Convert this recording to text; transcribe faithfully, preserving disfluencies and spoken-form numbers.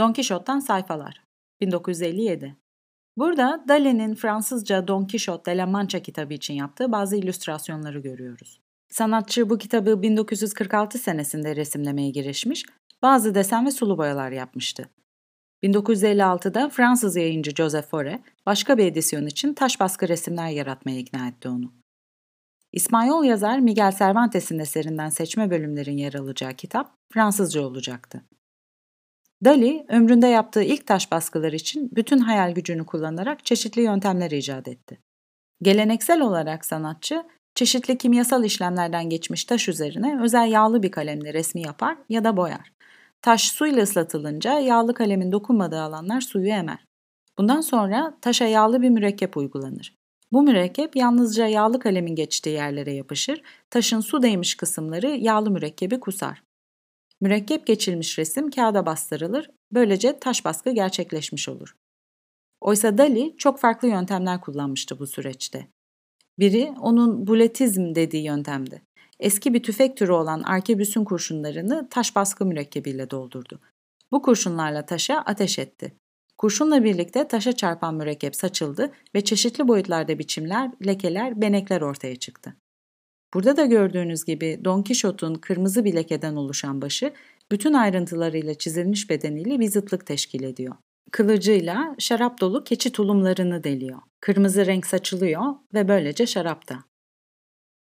Don Quixote'dan sayfalar. bin dokuz yüz elli yedi. Burada Dali'nin Fransızca Don Quixote de la Mancha kitabı için yaptığı bazı illüstrasyonları görüyoruz. Sanatçı bu kitabı bin dokuz yüz kırk altı senesinde resimlemeye girişmiş, bazı desen ve sulu boyalar yapmıştı. bin dokuz yüz elli altıda Fransız yayıncı Joseph Fauré, başka bir edisyon için taş baskı resimler yaratmaya ikna etti onu. İspanyol yazar Miguel Cervantes'in eserinden seçme bölümlerin yer alacağı kitap Fransızca olacaktı. Dali, ömründe yaptığı ilk taş baskılar için bütün hayal gücünü kullanarak çeşitli yöntemler icat etti. Geleneksel olarak sanatçı, çeşitli kimyasal işlemlerden geçmiş taş üzerine özel yağlı bir kalemle resmi yapar ya da boyar. Taş suyla ıslatılınca yağlı kalemin dokunmadığı alanlar suyu emer. Bundan sonra taşa yağlı bir mürekkep uygulanır. Bu mürekkep yalnızca yağlı kalemin geçtiği yerlere yapışır, taşın su değmiş kısımları yağlı mürekkebi kusar. Mürekkep geçilmiş resim kağıda bastırılır, böylece taş baskı gerçekleşmiş olur. Oysa Dali çok farklı yöntemler kullanmıştı bu süreçte. Biri onun buletizm dediği yöntemdi. Eski bir tüfek türü olan arkebüsün kurşunlarını taş baskı mürekkebiyle doldurdu. Bu kurşunlarla taşa ateş etti. Kurşunla birlikte taşa çarpan mürekkep saçıldı ve çeşitli boyutlarda biçimler, lekeler, benekler ortaya çıktı. Burada da gördüğünüz gibi Don Quixote'un kırmızı bir lekeden oluşan başı, bütün ayrıntılarıyla çizilmiş bedeniyle bir zıtlık teşkil ediyor. Kılıcıyla şarap dolu keçi tulumlarını deliyor. Kırmızı renk saçılıyor ve böylece şarapta.